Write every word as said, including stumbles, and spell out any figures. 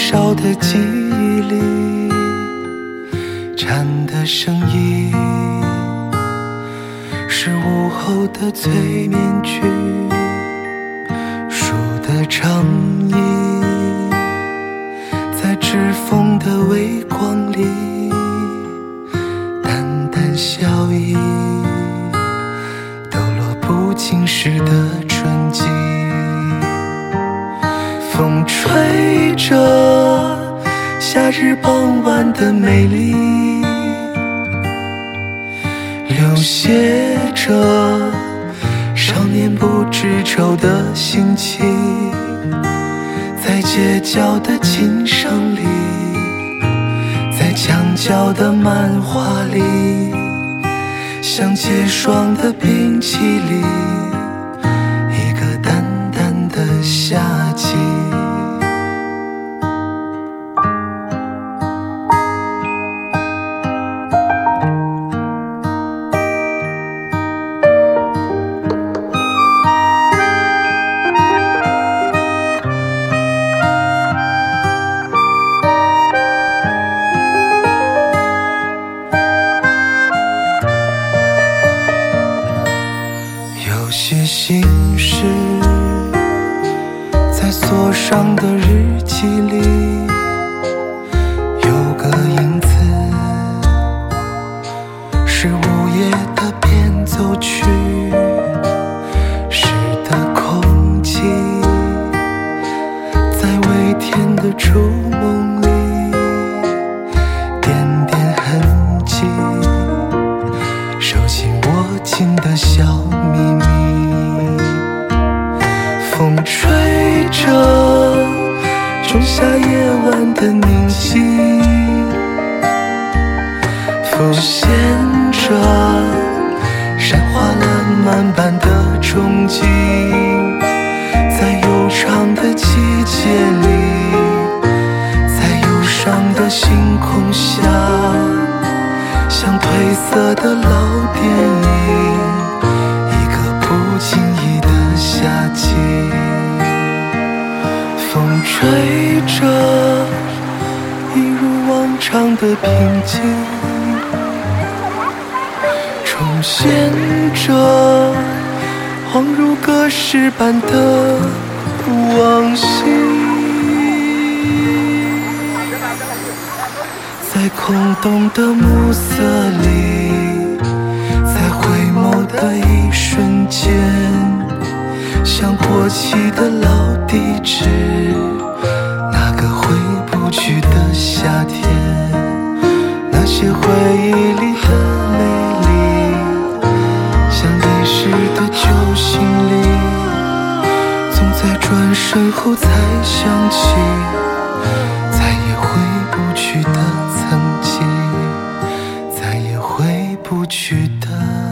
少的记忆里，蝉的声音是午后的催眠曲，树的长影在指缝的微光里淡淡笑意，抖落不经事的纯净。风吹着夏日傍晚的美丽，流泻着少年不知愁的心情，在街角的琴声里，在墙角的漫画里，像结霜的冰淇淋，一个淡淡的夏季。有些心事在锁上的日记里，有个影子是午夜的变奏曲，湿的空气在微甜的触梦里点点痕迹，手心握紧的小秘密。风吹着仲夏夜晚的宁静，浮现着山花烂漫般的憧憬，在悠长的季节里，在忧伤的星空下，像褪色的老电影，一个不经意的夏季。风吹着一如往常的平静，重现着恍如隔世般的往昔，在空洞的暮色里，在回眸的一瞬间，像过期的老地址，那个回不去的夏天，那些回忆里的美丽，像遗失的旧行李，总在转身后才想起，再也回不去的曾经，再也回不去的